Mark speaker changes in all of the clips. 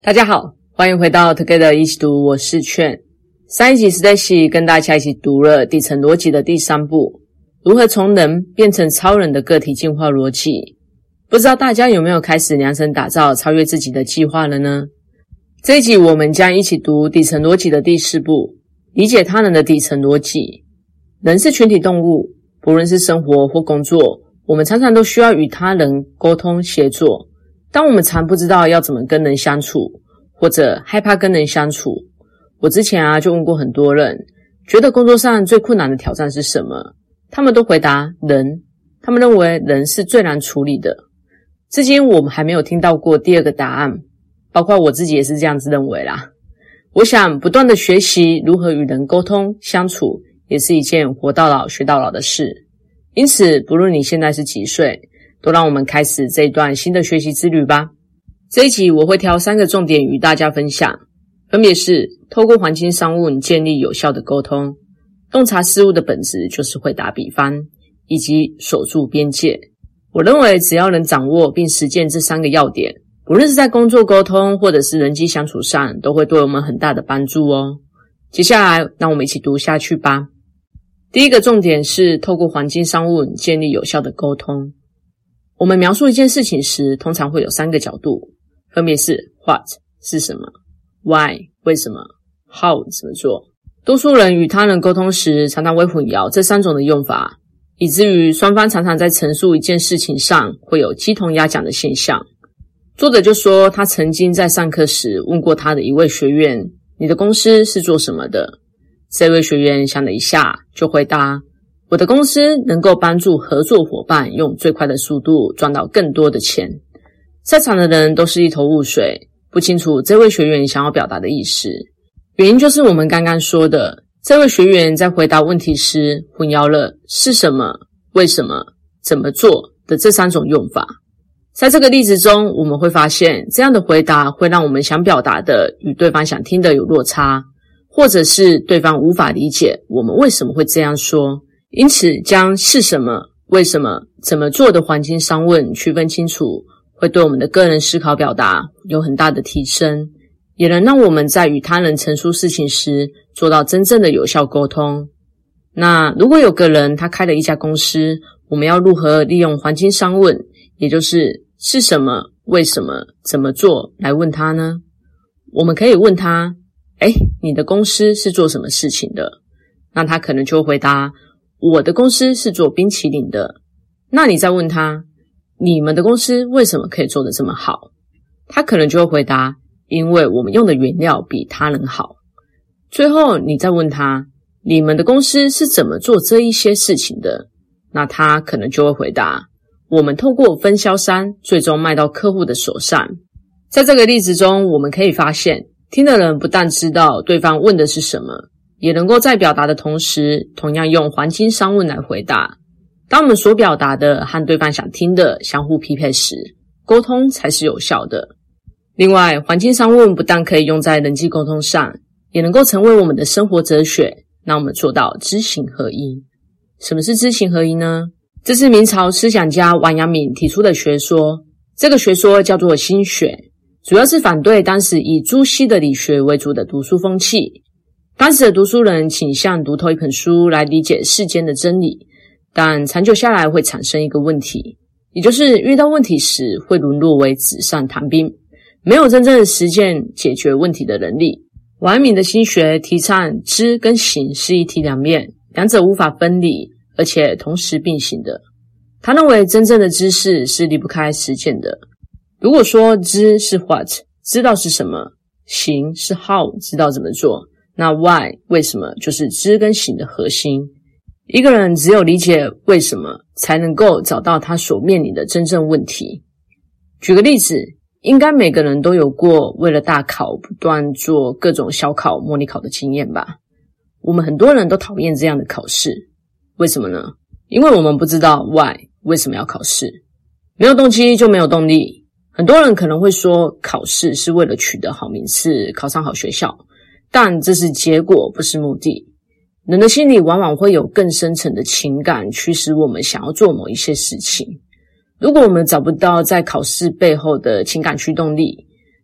Speaker 1: 大家好，欢迎回到 Together 一起读，我是劝。上一集 Stacy 跟大家一起读了底层逻辑的第3部，如何从人变成超人的个体进化逻辑。不知道大家有没有开始量身打造超越自己的计划了呢？这一集我们将一起读底层逻辑的第4部，理解他人的底层逻辑。人是群体动物，不论是生活或工作，我们常常都需要与他人沟通协作。当我们常不知道要怎么跟人相处，或者害怕跟人相处，我之前就问过很多人，觉得工作上最困难的挑战是什么？他们都回答人，他们认为人是最难处理的。至今我们还没有听到过第2个答案，包括我自己也是这样子认为啦。我想不断的学习如何与人沟通相处，也是一件活到老学到老的事。因此不论你现在是几岁，都让我们开始这一段新的学习之旅吧。这一集我会挑3个重点与大家分享，分别是透过环境商问建立有效的沟通，洞察事物的本质就是会打比方，以及守住边界。我认为只要能掌握并实践这3个要点，不论是在工作沟通或者是人际相处上，都会对我们很大的帮助哦。接下来让我们一起读下去吧。第1个重点是透过环境商问建立有效的沟通。我们描述一件事情时，通常会有3个角度，分别是 What 是什么， Why 为什么， How 怎么做。多数人与他人沟通时，常常会混淆这3种的用法，以至于双方常常在陈述一件事情上会有鸡同鸭讲的现象。作者就说，他曾经在上课时问过他的一位学员，你的公司是做什么的？这位学员想了一下，就回答，我的公司能够帮助合作伙伴用最快的速度赚到更多的钱。在场的人都是一头雾水，不清楚这位学员想要表达的意思。原因就是我们刚刚说的，这位学员在回答问题时混淆了是什么、为什么、怎么做的这3种用法。在这个例子中，我们会发现这样的回答会让我们想表达的与对方想听的有落差，或者是对方无法理解我们为什么会这样说。因此将是什么、为什么、怎么做的环境商问区分清楚，会对我们的个人思考表达有很大的提升，也能让我们在与他人陈述事情时做到真正的有效沟通。那如果有个人他开了一家公司，我们要如何利用环境商问，也就是是什么、为什么、怎么做来问他呢？我们可以问他，你的公司是做什么事情的？那他可能就会回答，我的公司是做冰淇淋的。那你再问他，你们的公司为什么可以做得这么好？他可能就会回答，因为我们用的原料比他人好。最后你再问他，你们的公司是怎么做这一些事情的？那他可能就会回答，我们透过分销商最终卖到客户的手上。在这个例子中，我们可以发现，听的人不但知道对方问的是什么，也能够在表达的同时，同样用环境商问来回答。当我们所表达的和对方想听的相互匹配时，沟通才是有效的。另外，环境商问不但可以用在人际沟通上，也能够成为我们的生活哲学，让我们做到知行合一。什么是知行合一呢？这是明朝思想家王阳明提出的学说，这个学说叫做心学，主要是反对当时以朱熹的理学为主的读书风气。当时的读书人倾向读透一本书来理解世间的真理，但长久下来会产生一个问题，也就是遇到问题时会沦落为纸上谈兵，没有真正的实践解决问题的能力。王阳明的心学提倡知跟行是一体两面，两者无法分离，而且同时并行的。他认为真正的知识是离不开实践的。如果说知是 what 知道是什么，行是 how 知道怎么做，那 why 为什么就是知跟行的核心。一个人只有理解为什么，才能够找到他所面临的真正问题。举个例子，应该每个人都有过为了大考不断做各种小考模拟考的经验吧。我们很多人都讨厌这样的考试，为什么呢？因为我们不知道 why 为什么要考试，没有动机就没有动力。很多人可能会说，考试是为了取得好名次，考上好学校，但这是结果，不是目的。人的心里往往会有更深层的情感驱使我们想要做某一些事情。如果我们找不到在考试背后的情感驱动力，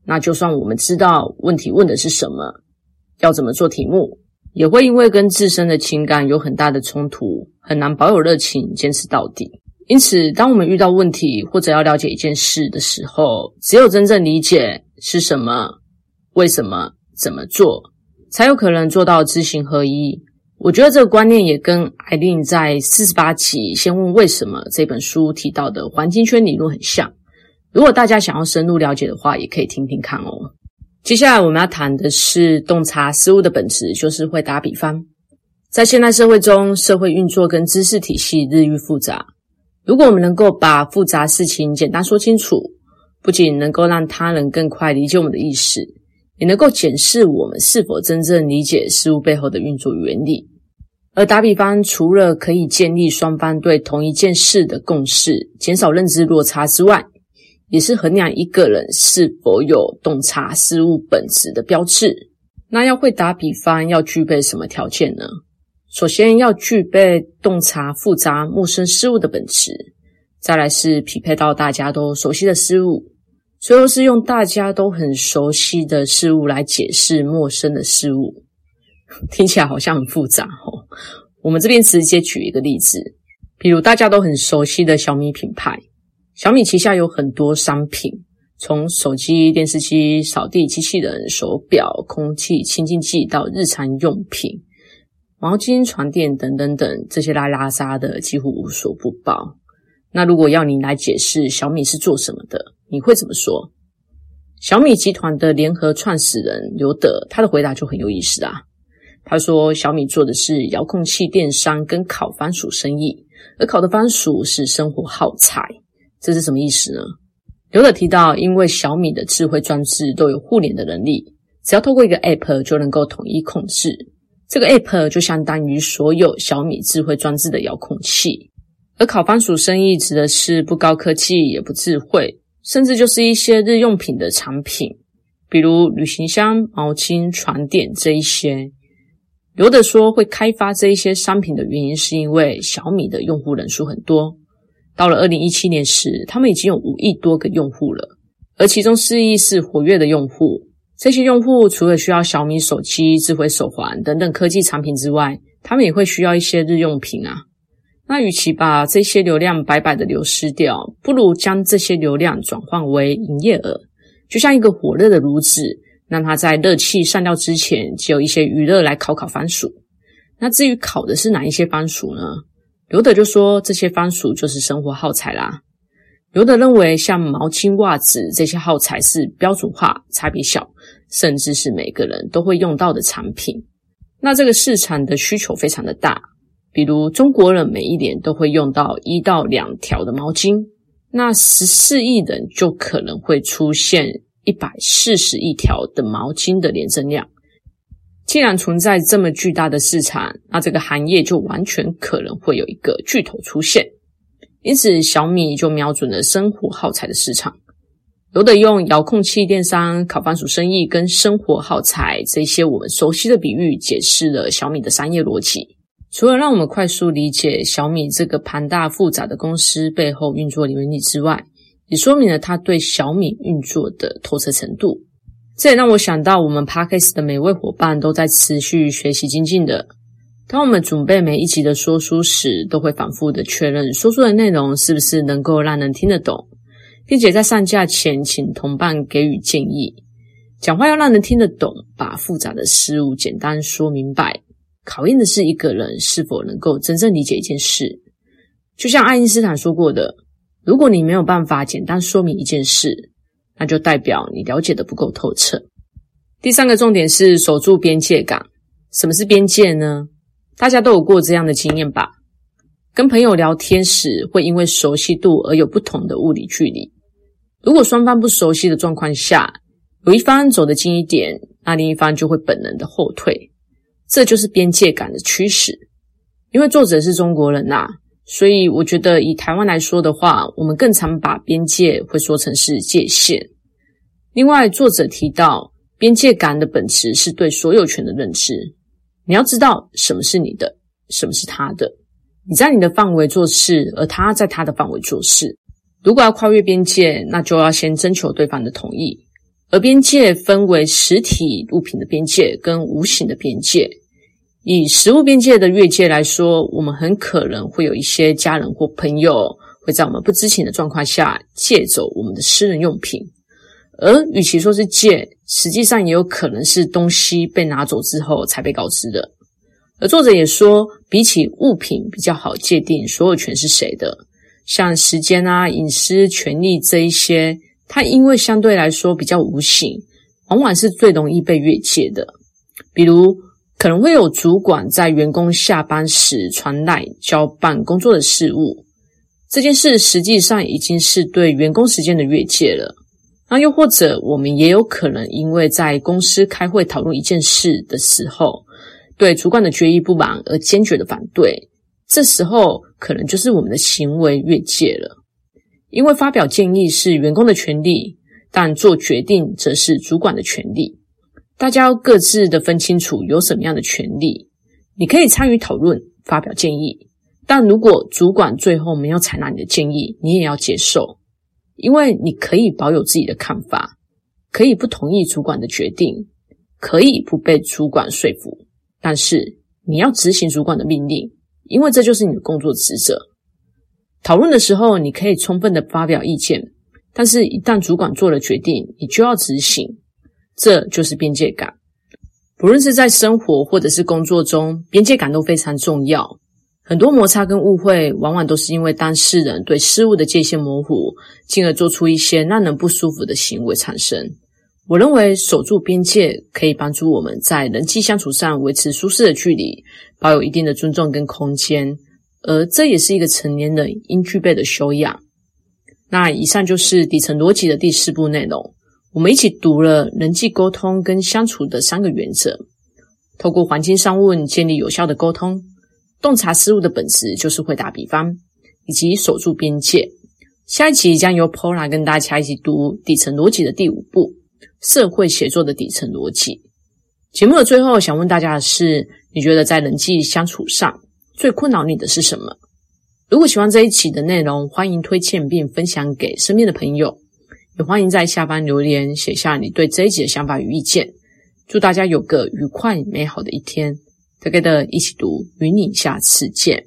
Speaker 1: 那就算我们知道问题问的是什么，要怎么做题目，也会因为跟自身的情感有很大的冲突，很难保有热情坚持到底。因此当我们遇到问题或者要了解一件事的时候，只有真正理解是什么、为什么、怎么做，才有可能做到知行合一。我觉得这个观念也跟艾琳在48集先问为什么这本书提到的环境圈理论很像，如果大家想要深入了解的话，也可以听听看哦。接下来我们要谈的是洞察事物的本质，就是会打比方。在现代社会中，社会运作跟知识体系日益复杂，如果我们能够把复杂事情简单说清楚，不仅能够让他人更快理解我们的意识，也能够检视我们是否真正理解事物背后的运作原理。而打比方除了可以建立双方对同一件事的共识，减少认知落差之外，也是衡量一个人是否有洞察事物本质的标志。那要会打比方要具备什么条件呢？首先要具备洞察复杂陌生事物的本质，再来是匹配到大家都熟悉的事物，最后是用大家都很熟悉的事物来解释陌生的事物。听起来好像很复杂哦。我们这边直接举一个例子，比如大家都很熟悉的小米品牌。小米旗下有很多商品，从手机、电视机、扫地机器人、手表、空气清净剂到日常用品、毛巾、床垫等等等，这些拉拉杂的几乎无所不包。那如果要你来解释小米是做什么的，你会怎么说？小米集团的联合创始人刘德，他的回答就很有意思啊。他说小米做的是遥控器电商跟烤番薯生意，而烤的番薯是生活耗材。这是什么意思呢？刘德提到，因为小米的智慧装置都有互联的能力，只要透过一个 App 就能够统一控制。这个 App 就相当于所有小米智慧装置的遥控器。而烤番薯生意指的是不高科技也不智慧，甚至就是一些日用品的产品，比如旅行箱、毛巾、床垫这一些。刘德说会开发这一些商品的原因是因为小米的用户人数很多，到了2017年时，他们已经有5亿多个用户了，而其中4亿是活跃的用户。这些用户除了需要小米手机、智慧手环等等科技产品之外，他们也会需要一些日用品啊。那与其把这些流量白白的流失掉，不如将这些流量转换为营业额，就像一个火热的炉子，让它在热气散掉之前，就有一些余热来烤番薯。那至于烤的是哪一些番薯呢？刘德就说这些番薯就是生活耗材啦。刘德认为像毛巾、袜子这些耗材是标准化、差别小，甚至是每个人都会用到的产品。那这个市场的需求非常的大，比如中国人每一年都会用到1到2条的毛巾，那14亿人就可能会出现140亿条的毛巾的年增量。既然存在这么巨大的市场，那这个行业就完全可能会有一个巨头出现。因此小米就瞄准了生活耗材的市场，有的用遥控器电商、烤番薯生意跟生活耗材这些我们熟悉的比喻解释了小米的商业逻辑。除了让我们快速理解小米这个庞大复杂的公司背后运作原理之外，也说明了它对小米运作的透彻程度。这也让我想到我们 Podcast 的每位伙伴都在持续学习精进的。当我们准备每一集的说书时，都会反复的确认说书的内容是不是能够让人听得懂，并且在上架前请同伴给予建议。讲话要让人听得懂，把复杂的事物简单说明白，考验的是一个人是否能够真正理解一件事。就像爱因斯坦说过的，如果你没有办法简单说明一件事，那就代表你了解的不够透彻。第3个重点是守住边界感。什么是边界呢？大家都有过这样的经验吧？跟朋友聊天时，会因为熟悉度而有不同的物理距离。如果双方不熟悉的状况下，有一方走得近一点，那另一方就会本能的后退。这就是边界感的驱使。因为作者是中国人啊，所以我觉得以台湾来说的话，我们更常把边界会说成是界限。另外，作者提到边界感的本质是对所有权的认知。你要知道什么是你的，什么是他的。你在你的范围做事，而他在他的范围做事。如果要跨越边界，那就要先征求对方的同意。 而边界分为实体物品的边界跟无形的边界。以实物边界的越界来说，我们很可能会有一些家人或朋友会在我们不知情的状况下借走我们的私人用品，而与其说是借，实际上也有可能是东西被拿走之后才被告知的。而作者也说，比起物品比较好界定所有权是谁的，像时间隐私、权利这一些，它因为相对来说比较无形，往往是最容易被越界的。比如可能会有主管在员工下班时传来交办工作的事务，这件事实际上已经是对员工时间的越界了。那又或者我们也有可能因为在公司开会讨论一件事的时候，对主管的决议不满而坚决的反对，这时候可能就是我们的行为越界了。因为发表建议是员工的权利，但做决定则是主管的权利。大家要各自的分清楚有什么样的权利。你可以参与讨论，发表建议，但如果主管最后没有采纳你的建议，你也要接受。因为你可以保有自己的看法，可以不同意主管的决定，可以不被主管说服，但是你要执行主管的命令，因为这就是你的工作职责。讨论的时候，你可以充分的发表意见，但是一旦主管做了决定，你就要执行。这就是边界感。不论是在生活或者是工作中，边界感都非常重要。很多摩擦跟误会往往都是因为当事人对事物的界限模糊，进而做出一些让人不舒服的行为产生。我认为守住边界可以帮助我们在人际相处上维持舒适的距离，保有一定的尊重跟空间，而这也是一个成年人应具备的修养。那以上就是底层逻辑的第4部内容。我们一起读了人际沟通跟相处的3个原则，透过环境商问建立有效的沟通，洞察事物的本质就是会打比方，以及守住边界。下一集将由 Paula 跟大家一起读底层逻辑的第5部，社会协作的底层逻辑。节目的最后想问大家的是，你觉得在人际相处上最困扰你的是什么？如果喜欢这一期的内容，欢迎推荐并分享给身边的朋友，也欢迎在下方留言写下你对这一集的想法与意见。祝大家有个愉快美好的一天。Together 一起读，与你下次见。